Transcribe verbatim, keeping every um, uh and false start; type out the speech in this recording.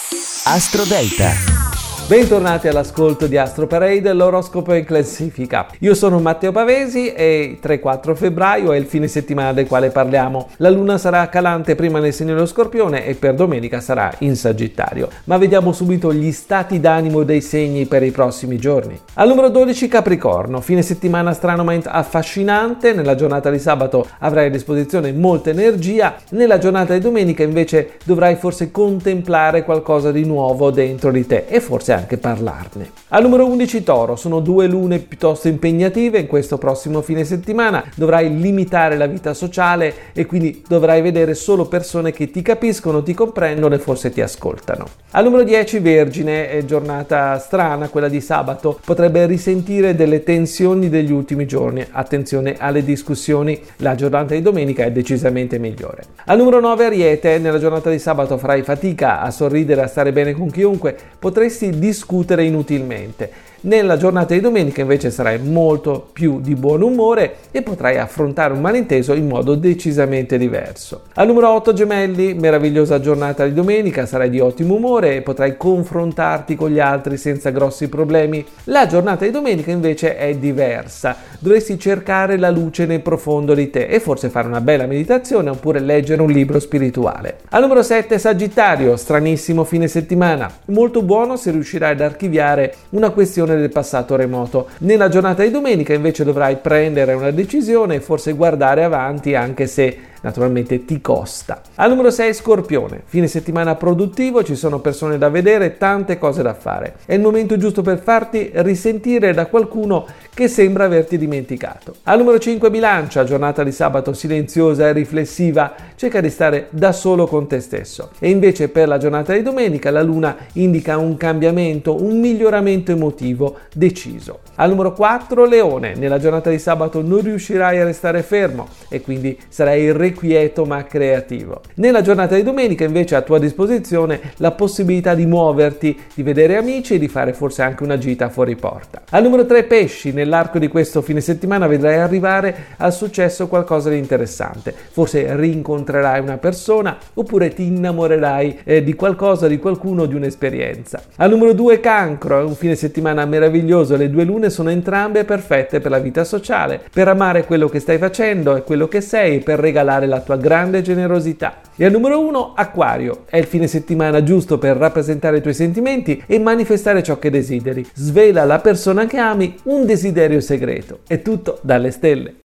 Astro Delta. Bentornati all'ascolto di Astro Parade, l'oroscopo in classifica. Io sono Matteo Pavesi e tre quattro febbraio è il fine settimana del quale parliamo. La luna sarà calante prima nel segno dello Scorpione e per domenica sarà in Sagittario. Ma vediamo subito gli stati d'animo dei segni per i prossimi giorni. Al numero dodici Capricorno, fine settimana strano ma affascinante. Nella giornata di sabato avrai a disposizione molta energia, nella giornata di domenica invece dovrai forse contemplare qualcosa di nuovo dentro di te e forse anche parlarne. Al numero undici Toro, sono due lune piuttosto impegnative in questo prossimo fine settimana, dovrai limitare la vita sociale e quindi dovrai vedere solo persone che ti capiscono, ti comprendono e forse ti ascoltano. Al numero dieci Vergine, è giornata strana quella di sabato, potrebbe risentire delle tensioni degli ultimi giorni, attenzione alle discussioni, la giornata di domenica è decisamente migliore. Al numero nove Ariete, nella giornata di sabato farai fatica a sorridere, a stare bene con chiunque, potresti discutere inutilmente. Nella giornata di domenica invece sarai molto più di buon umore e potrai affrontare un malinteso in modo decisamente diverso. Al numero otto Gemelli, meravigliosa giornata di domenica, sarai di ottimo umore e potrai confrontarti con gli altri senza grossi problemi. La giornata di domenica invece è diversa, dovresti cercare la luce nel profondo di te e forse fare una bella meditazione oppure leggere un libro spirituale. Al numero sette Sagittario, stranissimo fine settimana, molto buono se riuscirai ad archiviare una questione del passato remoto. Nella giornata di domenica invece dovrai prendere una decisione e forse guardare avanti anche se naturalmente ti costa. Al numero sei Scorpione, fine settimana produttivo, ci sono persone da vedere, tante cose da fare. È il momento giusto per farti risentire da qualcuno che sembra averti dimenticato. Al numero cinque Bilancia, giornata di sabato silenziosa e riflessiva, cerca di stare da solo con te stesso. E invece per la giornata di domenica la luna indica un cambiamento, un miglioramento emotivo deciso. Al numero quattro Leone, nella giornata di sabato non riuscirai a restare fermo e quindi sarai irrequieto ma creativo. Nella giornata di domenica invece a tua disposizione la possibilità di muoverti, di vedere amici e di fare forse anche una gita fuori porta. Al numero tre Pesci, nell'arco di questo fine settimana vedrai arrivare al successo qualcosa di interessante. Forse rincontrerai una persona oppure ti innamorerai eh, di qualcosa, di qualcuno, di un'esperienza. Al numero due Cancro, è un fine settimana meraviglioso, le due lune sono entrambe perfette per la vita sociale, per amare quello che stai facendo e quello che sei, per regalare la tua grande generosità. E al numero uno Acquario, è il fine settimana giusto per rappresentare i tuoi sentimenti e manifestare ciò che desideri. Svela alla persona che ami un desiderio segreto. È tutto dalle stelle.